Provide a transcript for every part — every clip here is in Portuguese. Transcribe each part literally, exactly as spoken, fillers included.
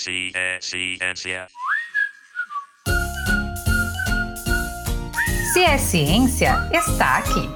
C é ciência. Se é ciência, está aqui.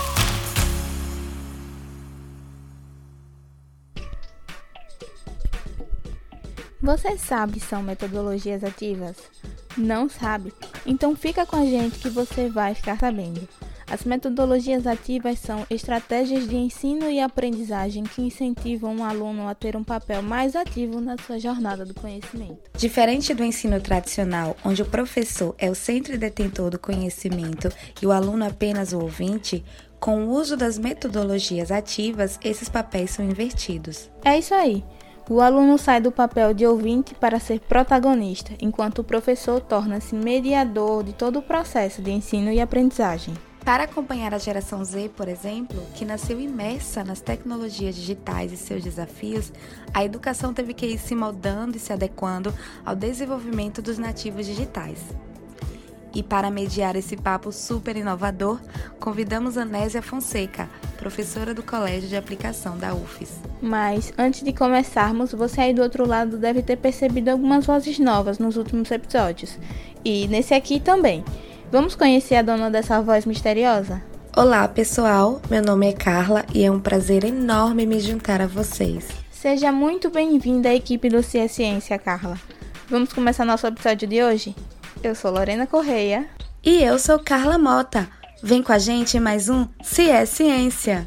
Você sabe o que são metodologias ativas? Não sabe? Então fica com a gente que você vai ficar sabendo. As metodologias ativas são estratégias de ensino e aprendizagem que incentivam um aluno a ter um papel mais ativo na sua jornada do conhecimento. Diferente do ensino tradicional, onde o professor é o centro detentor do conhecimento e o aluno apenas o ouvinte, com o uso das metodologias ativas, esses papéis são invertidos. É isso aí. O aluno sai do papel de ouvinte para ser protagonista, enquanto o professor torna-se mediador de todo o processo de ensino e aprendizagem. Para acompanhar a geração Z, por exemplo, que nasceu imersa nas tecnologias digitais e seus desafios, a educação teve que ir se moldando e se adequando ao desenvolvimento dos nativos digitais. E para mediar esse papo super inovador, convidamos Anésia Fonseca, professora do Colégio de Aplicação da U F E S. Mas, antes de começarmos, você aí do outro lado deve ter percebido algumas vozes novas nos últimos episódios. E nesse aqui também. Vamos conhecer a dona dessa voz misteriosa? Olá, pessoal. Meu nome é Carla e é um prazer enorme me juntar a vocês. Seja muito bem-vinda à equipe do Se é Ciência, Carla. Vamos começar nosso episódio de hoje? Eu sou Lorena Correia. E eu sou Carla Mota. Vem com a gente em mais um Se é Ciência.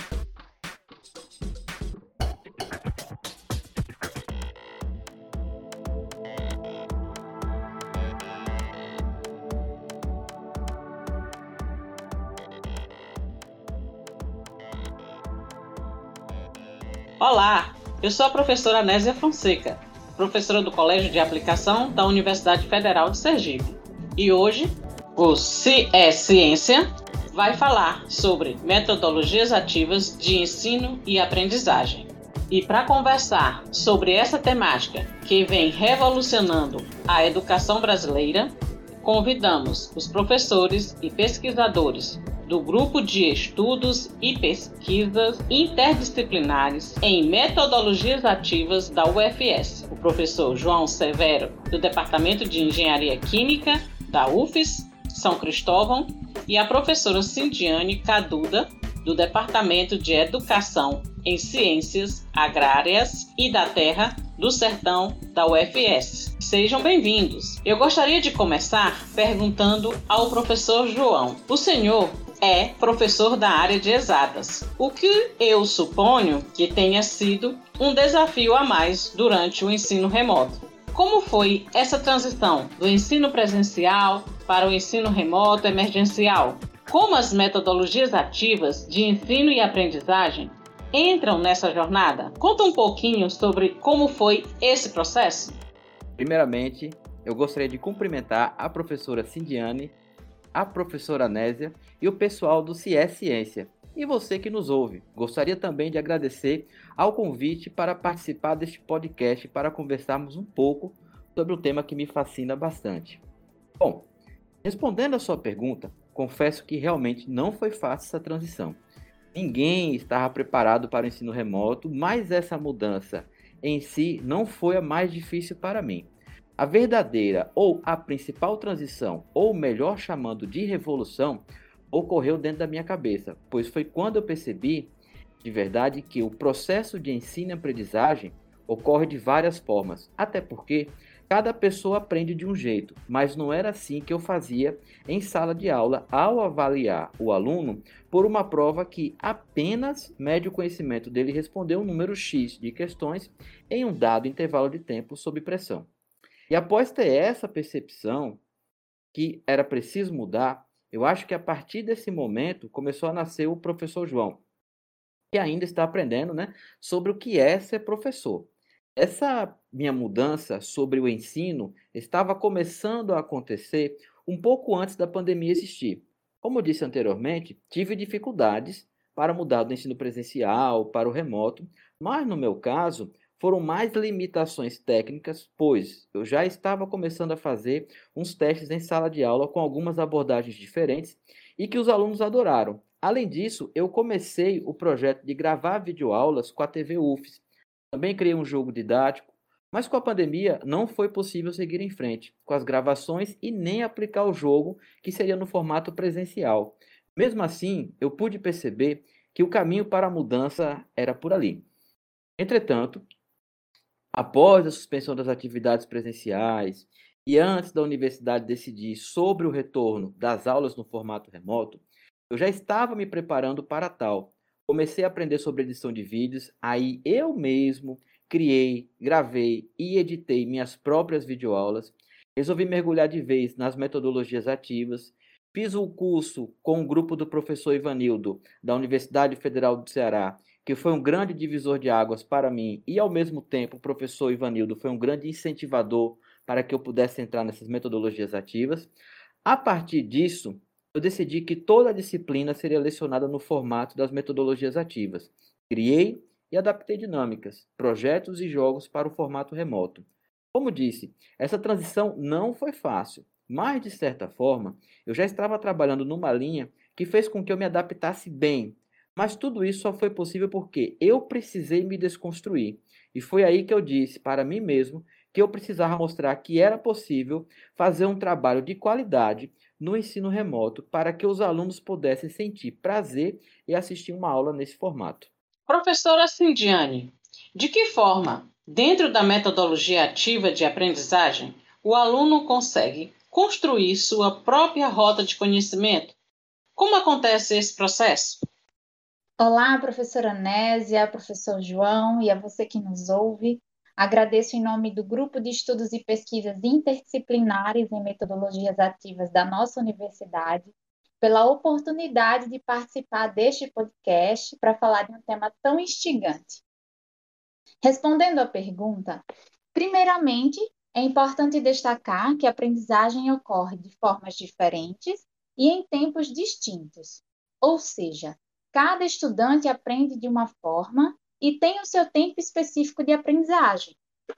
Olá, eu sou a professora Anésia Fonseca, professora do Colégio de Aplicação da Universidade Federal de Sergipe. E hoje, o Se é Ciência vai falar sobre metodologias ativas de ensino e aprendizagem. E para conversar sobre essa temática que vem revolucionando a educação brasileira, convidamos os professores e pesquisadores do Grupo de Estudos e Pesquisas Interdisciplinares em Metodologias Ativas da U F S, o professor João Severo, do Departamento de Engenharia Química da U F E S, São Cristóvão, e a professora Cindiane Caduda, do Departamento de Educação em Ciências Agrárias e da Terra do Sertão da U F S. Sejam bem-vindos. Eu gostaria de começar perguntando ao professor João. O senhor é professor da área de exatas, o que eu suponho que tenha sido um desafio a mais durante o ensino remoto. Como foi essa transição do ensino presencial para o ensino remoto emergencial? Como as metodologias ativas de ensino e aprendizagem entram nessa jornada? Conta um pouquinho sobre como foi esse processo. Primeiramente, eu gostaria de cumprimentar a professora Cindiane, a professora Anésia e o pessoal do Se é Ciência. E você que nos ouve. Gostaria também de agradecer ao convite para participar deste podcast para conversarmos um pouco sobre um tema que me fascina bastante. Bom, respondendo a sua pergunta, confesso que realmente não foi fácil essa transição. Ninguém estava preparado para o ensino remoto, mas essa mudança em si não foi a mais difícil para mim. A verdadeira ou a principal transição, ou melhor chamando de revolução, ocorreu dentro da minha cabeça, pois foi quando eu percebi, de verdade, que o processo de ensino e aprendizagem ocorre de várias formas, até porque cada pessoa aprende de um jeito, mas não era assim que eu fazia em sala de aula ao avaliar o aluno por uma prova que apenas mede o conhecimento dele responder um número X de questões em um dado intervalo de tempo sob pressão. E após ter essa percepção que era preciso mudar, eu acho que a partir desse momento começou a nascer o professor João, que ainda está aprendendo, né, sobre o que é ser professor. Essa minha mudança sobre o ensino estava começando a acontecer um pouco antes da pandemia existir. Como eu disse anteriormente, tive dificuldades para mudar do ensino presencial para o remoto, mas no meu caso foram mais limitações técnicas, pois eu já estava começando a fazer uns testes em sala de aula com algumas abordagens diferentes e que os alunos adoraram. Além disso, eu comecei o projeto de gravar videoaulas com a T V U F E S. Também criei um jogo didático, Mas com a pandemia não foi possível seguir em frente com as gravações e nem aplicar o jogo que seria no formato presencial. Mesmo assim, eu pude perceber que o caminho para a mudança era por ali. Entretanto, após a suspensão das atividades presenciais e antes da universidade decidir sobre o retorno das aulas no formato remoto, eu já estava me preparando para tal. Comecei a aprender sobre edição de vídeos, aí eu mesmo criei, gravei e editei minhas próprias videoaulas. Resolvi mergulhar de vez nas metodologias ativas. Fiz o curso com o grupo do professor Ivanildo, da Universidade Federal do Ceará, que foi um grande divisor de águas para mim e, ao mesmo tempo, o professor Ivanildo foi um grande incentivador para que eu pudesse entrar nessas metodologias ativas. A partir disso, eu decidi que toda a disciplina seria lecionada no formato das metodologias ativas. Criei e adaptei dinâmicas, projetos e jogos para o formato remoto. Como disse, essa transição não foi fácil, mas, de certa forma, eu já estava trabalhando numa linha que fez com que eu me adaptasse bem. Mas tudo isso só foi possível porque eu precisei me desconstruir. E foi aí que eu disse para mim mesmo que eu precisava mostrar que era possível fazer um trabalho de qualidade no ensino remoto para que os alunos pudessem sentir prazer e assistir uma aula nesse formato. Professora Cindiane, de que forma, dentro da metodologia ativa de aprendizagem, o aluno consegue construir sua própria rota de conhecimento? Como acontece esse processo? Olá, professora Nésia, professor João e a você que nos ouve. Agradeço em nome do Grupo de Estudos e Pesquisas Interdisciplinares em Metodologias Ativas da nossa universidade pela oportunidade de participar deste podcast para falar de um tema tão instigante. Respondendo à pergunta, primeiramente, é importante destacar que a aprendizagem ocorre de formas diferentes e em tempos distintos, ou seja, cada estudante aprende de uma forma e tem o seu tempo específico de aprendizagem.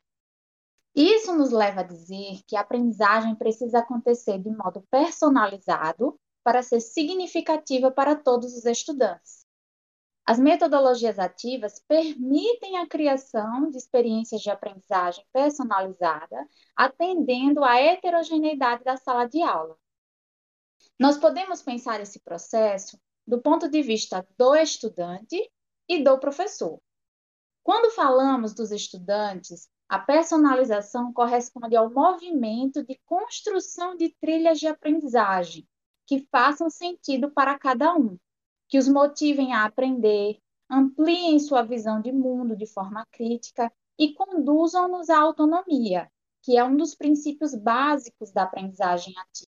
Isso nos leva a dizer que a aprendizagem precisa acontecer de modo personalizado para ser significativa para todos os estudantes. As metodologias ativas permitem a criação de experiências de aprendizagem personalizada, atendendo à heterogeneidade da sala de aula. Nós podemos pensar esse processo do ponto de vista do estudante e do professor. Quando falamos dos estudantes, a personalização corresponde ao movimento de construção de trilhas de aprendizagem que façam sentido para cada um, que os motivem a aprender, ampliem sua visão de mundo de forma crítica e conduzam-nos à autonomia, que é um dos princípios básicos da aprendizagem ativa.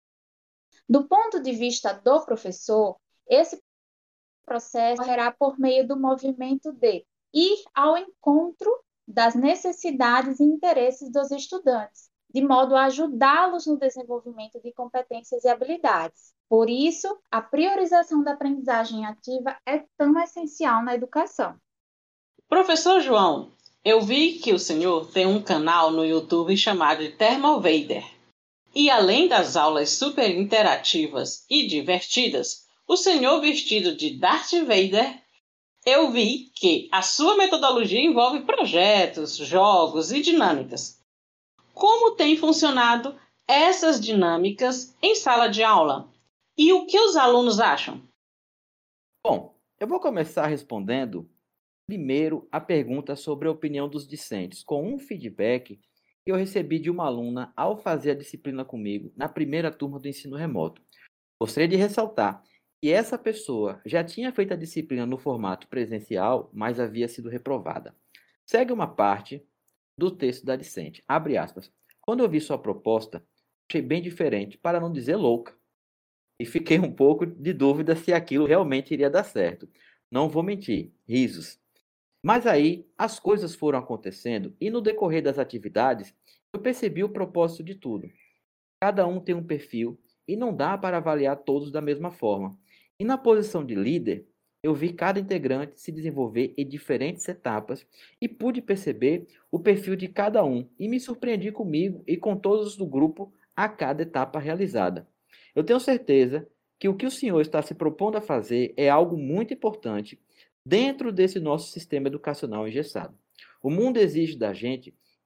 Do ponto de vista do professor, esse processo ocorrerá por meio do movimento de ir ao encontro das necessidades e interesses dos estudantes, de modo a ajudá-los no desenvolvimento de competências e habilidades. Por isso, a priorização da aprendizagem ativa é tão essencial na educação. Professor João, eu vi que o senhor tem um canal no YouTube chamado de Thermal Vader. E além das aulas super interativas e divertidas, o senhor vestido de Darth Vader, eu vi que a sua metodologia envolve projetos, jogos e dinâmicas. Como tem funcionado essas dinâmicas em sala de aula? E o que os alunos acham? Bom, eu vou começar respondendo primeiro a pergunta sobre a opinião dos discentes, com um feedback que eu recebi de uma aluna ao fazer a disciplina comigo na primeira turma do ensino remoto. Gostaria de ressaltar que essa pessoa já tinha feito a disciplina no formato presencial, mas havia sido reprovada. Segue uma parte do texto da discente, abre aspas. Quando eu vi sua proposta, achei bem diferente, para não dizer louca. E fiquei um pouco de dúvida se aquilo realmente iria dar certo. Não vou mentir, risos. Mas aí as coisas foram acontecendo e no decorrer das atividades eu percebi o propósito de tudo. Cada um tem um perfil e não dá para avaliar todos da mesma forma. E na posição de líder, eu vi cada integrante se desenvolver em diferentes etapas e pude perceber o perfil de cada um e me surpreendi comigo e com todos do grupo a cada etapa realizada. Eu tenho certeza que o que o senhor está se propondo a fazer é algo muito importante dentro desse nosso sistema educacional engessado. O mundo exige da gente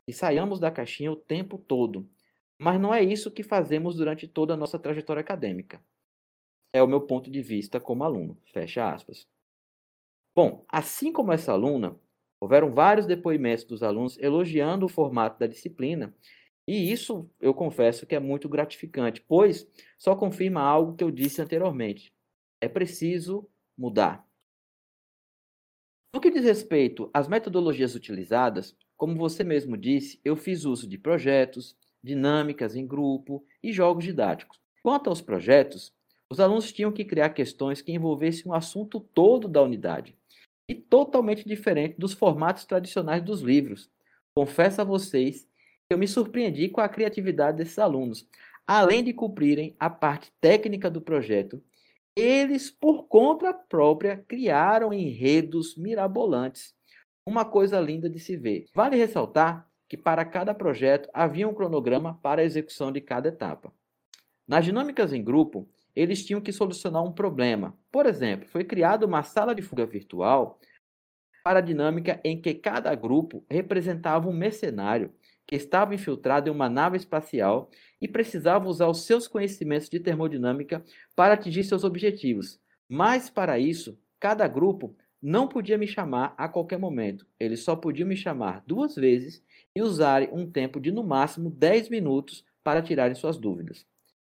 e saiamos da caixinha o tempo todo. Mas não é isso que fazemos durante toda a nossa trajetória acadêmica. É o meu ponto de vista como aluno. Fecha aspas. Bom, assim como essa aluna, houveram vários depoimentos dos alunos elogiando o formato da disciplina, e isso eu confesso que é muito gratificante, pois só confirma algo que eu disse anteriormente. É preciso mudar. No que diz respeito às metodologias utilizadas, como você mesmo disse, eu fiz uso de projetos, dinâmicas em grupo e jogos didáticos. Quanto aos projetos, os alunos tinham que criar questões que envolvessem o assunto todo da unidade, e totalmente diferente dos formatos tradicionais dos livros. Confesso a vocês que eu me surpreendi com a criatividade desses alunos. Além de cumprirem a parte técnica do projeto, eles, por conta própria, criaram enredos mirabolantes. Uma coisa linda de se ver. Vale ressaltar que para cada projeto havia um cronograma para a execução de cada etapa. Nas dinâmicas em grupo, eles tinham que solucionar um problema. Por exemplo, foi criada uma sala de fuga virtual para a dinâmica em que cada grupo representava um mercenário que estava infiltrado em uma nave espacial e precisava usar os seus conhecimentos de termodinâmica para atingir seus objetivos. Mas, para isso, cada grupo não podia me chamar a qualquer momento. Eles só podiam me chamar duas vezes e usarem um tempo de, no máximo, dez minutos para tirarem suas dúvidas.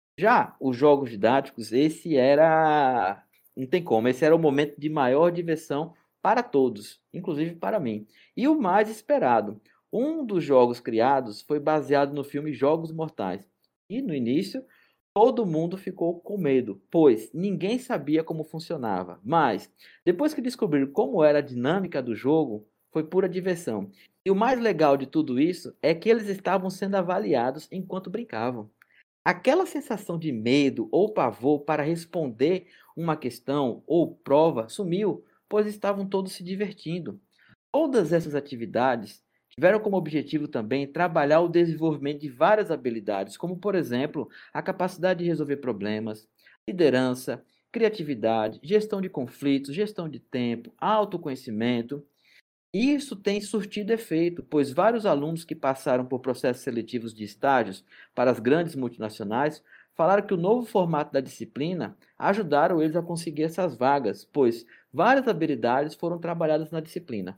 Já os jogos didáticos, esse era... não tem como, esse era o momento de maior diversão para todos, inclusive para mim. E o mais esperado, um dos jogos criados foi baseado no filme Jogos Mortais. E no início, todo mundo ficou com medo, pois ninguém sabia como funcionava. Mas, depois que descobriram como era a dinâmica do jogo, foi pura diversão. E o mais legal de tudo isso é que eles estavam sendo avaliados enquanto brincavam. Aquela sensação de medo ou pavor para responder uma questão ou prova sumiu, pois estavam todos se divertindo. Todas essas atividades tiveram como objetivo também trabalhar o desenvolvimento de várias habilidades, como, por exemplo, a capacidade de resolver problemas, liderança, criatividade, gestão de conflitos, gestão de tempo, autoconhecimento. Isso tem surtido efeito, pois vários alunos que passaram por processos seletivos de estágios para as grandes multinacionais falaram que o novo formato da disciplina ajudaram eles a conseguir essas vagas, pois várias habilidades foram trabalhadas na disciplina.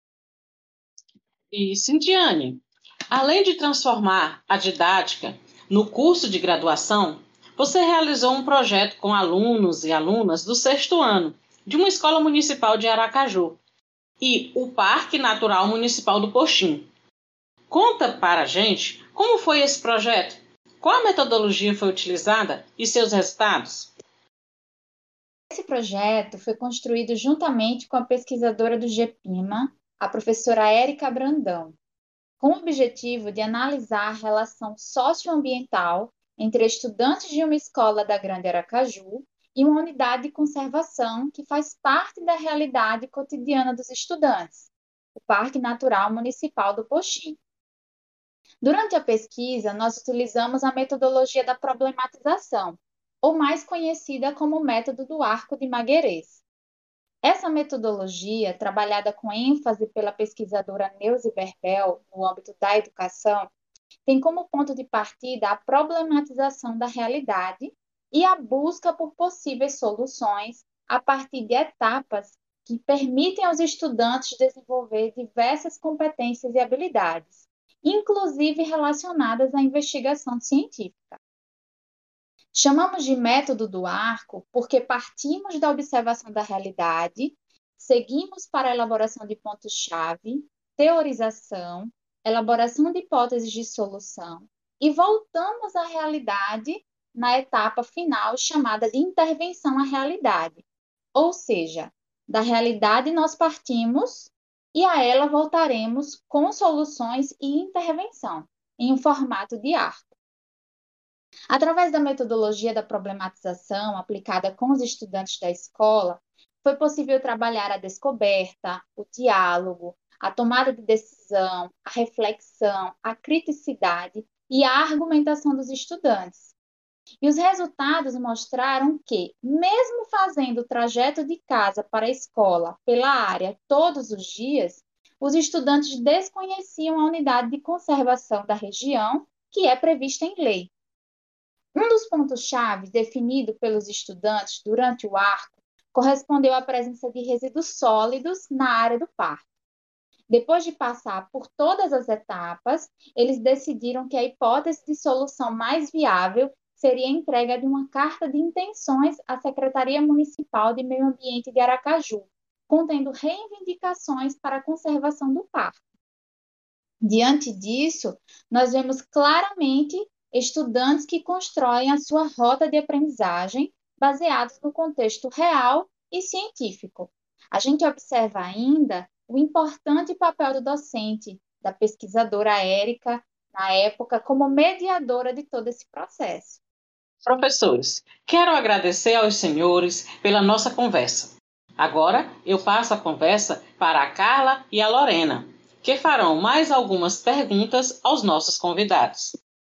E, Cindiane, além de transformar a didática no curso de graduação, você realizou um projeto com alunos e alunas do sexto ano de uma escola municipal de Aracaju e o Parque Natural Municipal do Poxim. Conta para a gente como foi esse projeto, qual a metodologia foi utilizada e seus resultados? Esse projeto foi construído juntamente com a pesquisadora do GEPIMA, a professora Érica Brandão, com o objetivo de analisar a relação socioambiental entre estudantes de uma escola da Grande Aracaju e uma unidade de conservação que faz parte da realidade cotidiana dos estudantes, o Parque Natural Municipal do Poxim. Durante a pesquisa, nós utilizamos a metodologia da problematização, ou mais conhecida como método do arco de Maguerês. Essa metodologia, trabalhada com ênfase pela pesquisadora Neuze Berbel no âmbito da educação, tem como ponto de partida a problematização da realidade e a busca por possíveis soluções a partir de etapas que permitem aos estudantes desenvolver diversas competências e habilidades, inclusive relacionadas à investigação científica. Chamamos de método do arco porque partimos da observação da realidade, seguimos para a elaboração de pontos-chave, teorização, elaboração de hipóteses de solução e voltamos à realidade na etapa final chamada de intervenção à realidade. Ou seja, da realidade nós partimos e a ela voltaremos com soluções e intervenção, em um formato de arco. Através da metodologia da problematização aplicada com os estudantes da escola, foi possível trabalhar a descoberta, o diálogo, a tomada de decisão, a reflexão, a criticidade e a argumentação dos estudantes. E os resultados mostraram que, mesmo fazendo o trajeto de casa para a escola pela área todos os dias, os estudantes desconheciam a unidade de conservação da região, que é prevista em lei. Um dos pontos-chave definido pelos estudantes durante o arco correspondeu à presença de resíduos sólidos na área do parque. Depois de passar por todas as etapas, eles decidiram que a hipótese de solução mais viável seria a entrega de uma carta de intenções à Secretaria Municipal de Meio Ambiente de Aracaju, contendo reivindicações para a conservação do parque. Diante disso, nós vemos claramente estudantes que constroem a sua rota de aprendizagem baseados no contexto real e científico. A gente observa ainda o importante papel do docente, da pesquisadora Érica, na época, como mediadora de todo esse processo. Professores, quero agradecer aos senhores pela nossa conversa. Agora eu passo a conversa para a Carla e a Lorena, que farão mais algumas perguntas aos nossos convidados.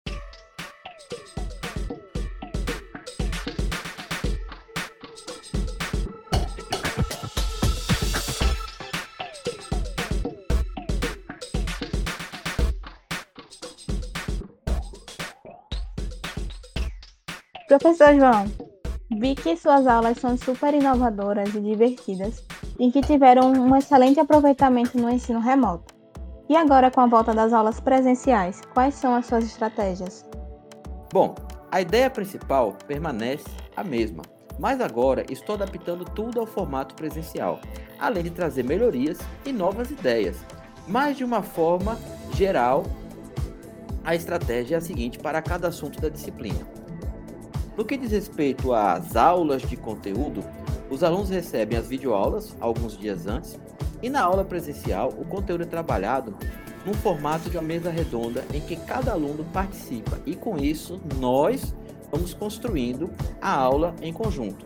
Professor João, vi que suas aulas são super inovadoras e divertidas e que tiveram um excelente aproveitamento no ensino remoto. E agora, com a volta das aulas presenciais, quais são as suas estratégias? Bom, a ideia principal permanece a mesma, mas agora estou adaptando tudo ao formato presencial, além de trazer melhorias e novas ideias. Mas de uma forma geral, a estratégia é a seguinte para cada assunto da disciplina. No que diz respeito às aulas de conteúdo, os alunos recebem as videoaulas alguns dias antes e na aula presencial o conteúdo é trabalhado num formato de uma mesa redonda em que cada aluno participa e com isso nós vamos construindo a aula em conjunto.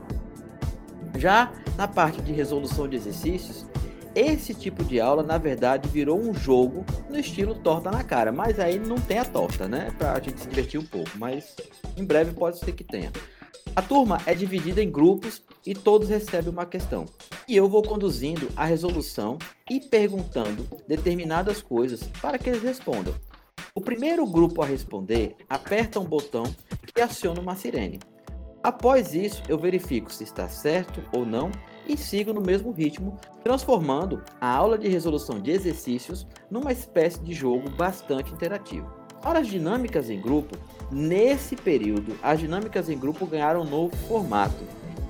Já na parte de resolução de exercícios, esse tipo de aula na verdade virou um jogo no estilo torta na cara, mas aí não tem a torta, né? Pra gente se divertir um pouco, mas em breve pode ser que tenha. A turma é dividida em grupos e todos recebem uma questão. E eu vou conduzindo a resolução e perguntando determinadas coisas para que eles respondam. O primeiro grupo a responder aperta um botão que aciona uma sirene. Após isso, eu verifico se está certo ou não e sigo no mesmo ritmo, transformando a aula de resolução de exercícios numa espécie de jogo bastante interativo. Para as dinâmicas em grupo, nesse período, as dinâmicas em grupo ganharam um novo formato,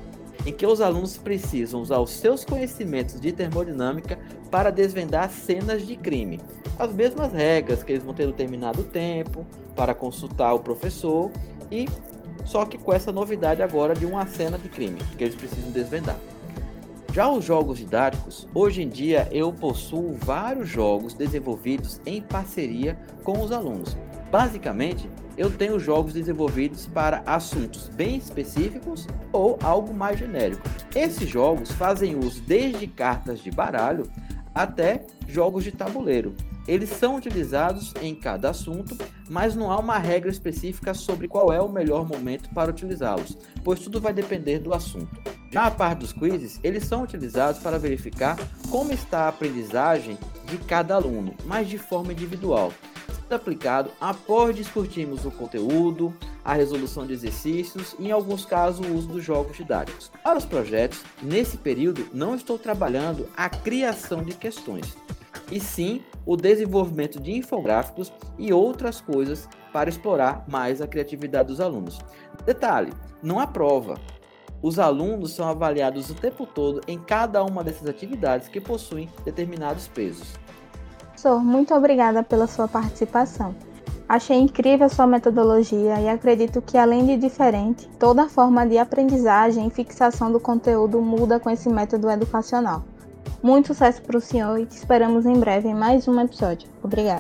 em que os alunos precisam usar os seus conhecimentos de termodinâmica para desvendar cenas de crime. As mesmas regras que eles vão ter determinado tempo para consultar o professor, e só que com essa novidade agora de uma cena de crime que eles precisam desvendar. Já os jogos didáticos, hoje em dia eu possuo vários jogos desenvolvidos em parceria com os alunos. Basicamente, eu tenho jogos desenvolvidos para assuntos bem específicos ou algo mais genérico. Esses jogos fazem uso desde cartas de baralho até jogos de tabuleiro. Eles são utilizados em cada assunto, mas não há uma regra específica sobre qual é o melhor momento para utilizá-los, pois tudo vai depender do assunto. Já a parte dos quizzes, eles são utilizados para verificar como está a aprendizagem de cada aluno, mas de forma individual, sendo aplicado após discutirmos o conteúdo, a resolução de exercícios e, em alguns casos, o uso dos jogos didáticos. Para os projetos, nesse período, não estou trabalhando a criação de questões, e sim o desenvolvimento de infográficos e outras coisas para explorar mais a criatividade dos alunos. Detalhe, não há prova. Os alunos são avaliados o tempo todo em cada uma dessas atividades que possuem determinados pesos. Professor, muito obrigada pela sua participação. Achei incrível a sua metodologia e acredito que, além de diferente, toda a forma de aprendizagem e fixação do conteúdo muda com esse método educacional. Muito sucesso para o senhor e te esperamos em breve em mais um episódio. Obrigada.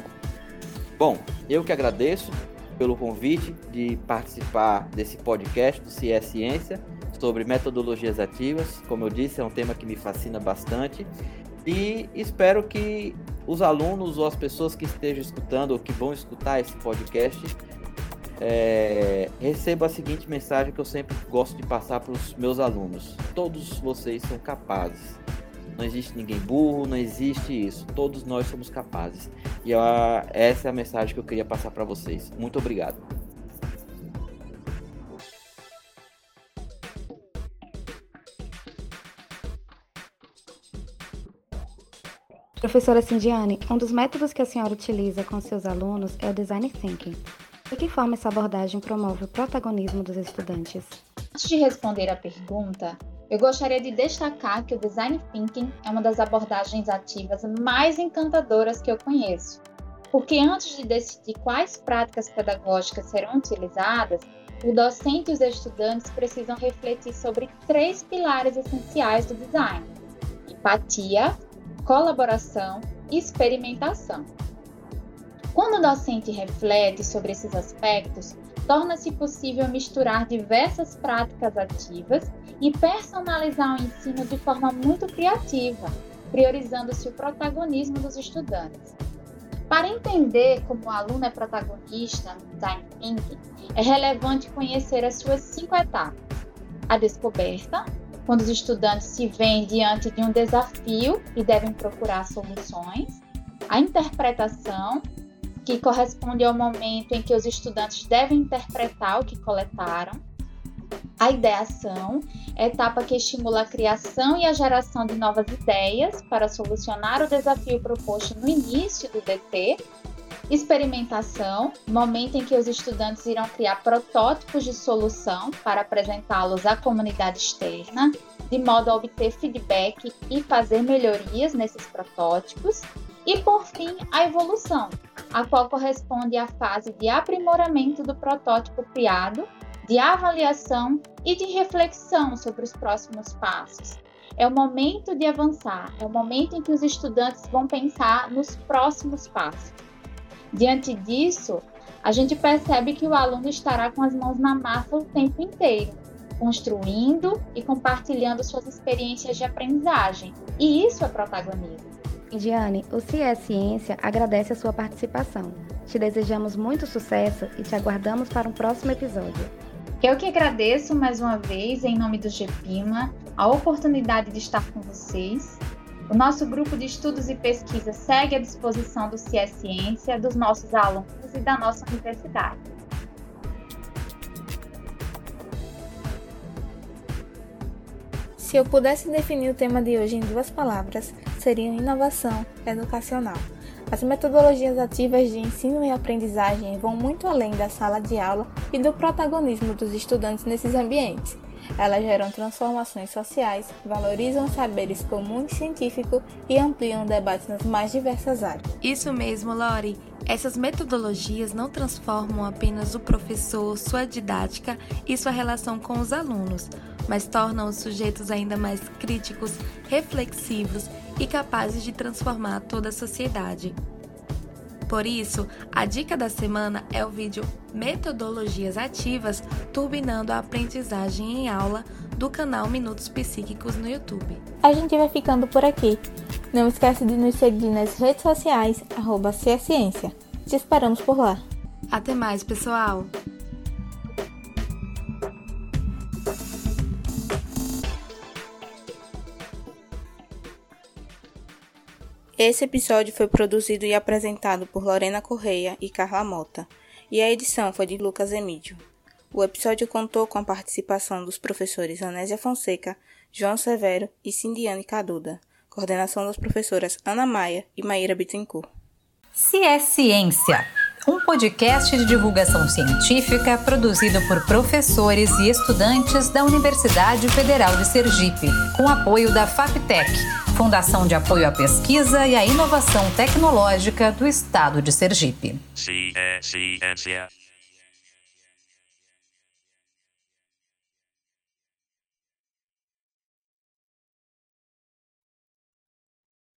Bom, eu que agradeço pelo convite de participar desse podcast do C I E Ciência sobre metodologias ativas. Como eu disse, é um tema que me fascina bastante e espero que os alunos ou as pessoas que estejam escutando ou que vão escutar esse podcast é, recebam a seguinte mensagem que eu sempre gosto de passar para os meus alunos: todos vocês são capazes. não existe ninguém burro, não existe isso. Todos nós somos capazes. E a, essa é a mensagem que eu queria passar para vocês. Muito obrigado. Professora Cindiane, um dos métodos que a senhora utiliza com seus alunos é o Design Thinking. De que forma essa abordagem promove o protagonismo dos estudantes? Antes de responder à pergunta, eu gostaria de destacar que o Design Thinking é uma das abordagens ativas mais encantadoras que eu conheço, porque antes de decidir quais práticas pedagógicas serão utilizadas, o docente e os estudantes precisam refletir sobre três pilares essenciais do design: empatia, colaboração e experimentação. Quando o docente reflete sobre esses aspectos, torna-se possível misturar diversas práticas ativas e personalizar o ensino de forma muito criativa, priorizando-se o protagonismo dos estudantes. Para entender como o aluno é protagonista no Design Thinking, é relevante conhecer as suas cinco etapas: a descoberta, quando os estudantes se veem diante de um desafio e devem procurar soluções; a interpretação, que corresponde ao momento em que os estudantes devem interpretar o que coletaram; a ideação, etapa que estimula a criação e a geração de novas ideias para solucionar o desafio proposto no início do D T; experimentação, momento em que os estudantes irão criar protótipos de solução para apresentá-los à comunidade externa, de modo a obter feedback e fazer melhorias nesses protótipos; e, por fim, a evolução, a qual corresponde à fase de aprimoramento do protótipo criado, de avaliação e de reflexão sobre os próximos passos. É o momento de avançar, é o momento em que os estudantes vão pensar nos próximos passos. Diante disso, a gente percebe que o aluno estará com as mãos na massa o tempo inteiro, construindo e compartilhando suas experiências de aprendizagem. E isso é protagonismo. Diane, o C I E Ciência agradece a sua participação. Te desejamos muito sucesso e te aguardamos para um próximo episódio. Eu que agradeço mais uma vez, em nome do GEPIMA, a oportunidade de estar com vocês. O nosso grupo de estudos e pesquisa segue à disposição do C I E Ciência, dos nossos alunos e da nossa universidade. Se eu pudesse definir o tema de hoje em duas palavras, seriam inovação educacional. As metodologias ativas de ensino e aprendizagem vão muito além da sala de aula e do protagonismo dos estudantes nesses ambientes. Elas geram transformações sociais, valorizam os saberes comuns e científicos e ampliam o debate nas mais diversas áreas. Isso mesmo, Lori. Essas metodologias não transformam apenas o professor, sua didática e sua relação com os alunos, mas tornam os sujeitos ainda mais críticos, reflexivos e capazes de transformar toda a sociedade. Por isso, a dica da semana é o vídeo Metodologias Ativas Turbinando a Aprendizagem em Aula do canal Minutos Psíquicos no YouTube. A gente vai ficando por aqui. Não esquece de nos seguir nas redes sociais, arroba C I E Ciência. Te esperamos por lá. Até mais, pessoal! Esse episódio foi produzido e apresentado por Lorena Correia e Carla Mota, e a edição foi de Lucas Emídio. O episódio contou com a participação dos professores Anésia Fonseca, João Severo e Cindiane Caduda, coordenação das professoras Ana Maia e Maíra Bittencourt. C I E Ciência, um podcast de divulgação científica produzido por professores e estudantes da Universidade Federal de Sergipe, com apoio da FAPTEC, Fundação de Apoio à Pesquisa e à Inovação Tecnológica do Estado de Sergipe. C I E Ciência.